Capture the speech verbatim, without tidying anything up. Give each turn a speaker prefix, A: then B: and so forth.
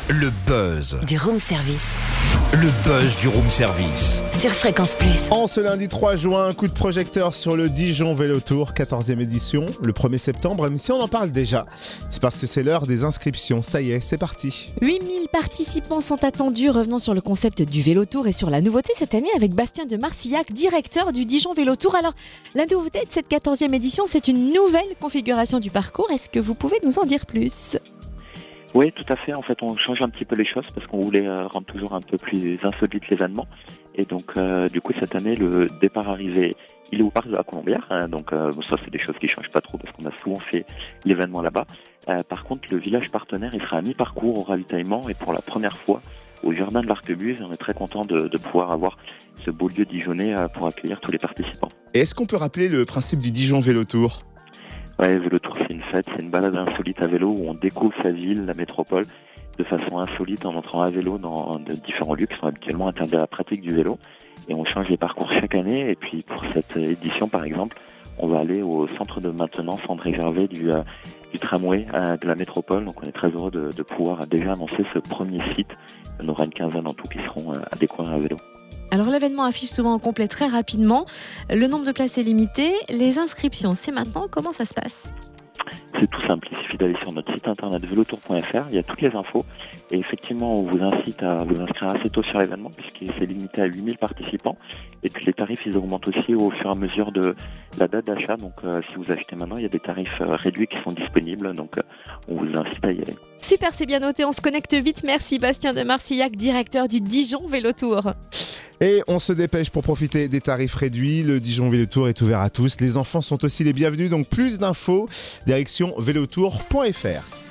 A: Le buzz.
B: Du room service.
A: Le buzz du room service.
B: Sur Fréquence Plus.
C: En ce lundi trois juin, un coup de projecteur sur le Dijon Vélo Tour, quatorzième édition, le premier septembre. Même si on en parle déjà, c'est parce que c'est l'heure des inscriptions. Ça y est, c'est parti.
D: huit mille participants sont attendus. Revenons sur le concept du Vélo Tour et sur la nouveauté cette année avec Bastien de Marcillac, directeur du Dijon Vélo Tour. Alors, la nouveauté de cette quatorzième édition, c'est une nouvelle configuration du parcours. Est-ce que vous pouvez nous en dire plus ?
E: Oui, tout à fait. En fait, on change un petit peu les choses parce qu'on voulait euh, rendre toujours un peu plus insolite l'événement. Et donc, euh, du coup, cette année, le départ-arrivée, il est au parc de la Colombière. Hein, donc, euh, ça, c'est des choses qui changent pas trop parce qu'on a souvent fait l'événement là-bas. Euh, par contre, le village partenaire, il sera à mi-parcours au ravitaillement et pour la première fois au jardin de l'Arquebuse. On est très content de, de pouvoir avoir ce beau lieu dijonnais euh, pour accueillir tous les participants.
C: Et est-ce qu'on peut rappeler le principe du Dijon Vélo Tour ?
E: Ouais, Vélo Tour, c'est une fête, c'est une balade insolite à vélo où on découvre sa ville, la métropole, de façon insolite en entrant à vélo dans de différents lieux qui sont habituellement interdits à la pratique du vélo. Et on change les parcours chaque année. Et puis pour cette édition, par exemple, on va aller au centre de maintenance André Gervais du, euh, du tramway euh, de la métropole. Donc on est très heureux de, de pouvoir déjà annoncer ce premier site. Il y en aura une quinzaine en tout qui seront euh, à découvrir à vélo.
D: Alors l'événement affiche souvent en complet très rapidement. Le nombre de places est limité. Les inscriptions, c'est maintenant. Comment ça se passe ?
E: C'est tout simple, il suffit d'aller sur notre site internet vélotour point f r, il y a toutes les infos et effectivement on vous incite à vous inscrire assez tôt sur l'événement puisqu'il s'est limité à huit mille participants et puis les tarifs ils augmentent aussi au fur et à mesure de la date d'achat, donc euh, si vous achetez maintenant il y a des tarifs euh, réduits qui sont disponibles, donc euh, on vous incite à y aller.
D: Super, c'est bien noté, on se connecte vite. Merci Bastien de Marcillac, directeur du Dijon Vélo Tour.
C: Et on se dépêche pour profiter des tarifs réduits. Le Dijon Vélo Tour est ouvert à tous. Les enfants sont aussi les bienvenus. Donc plus d'infos, direction vélotour point f r.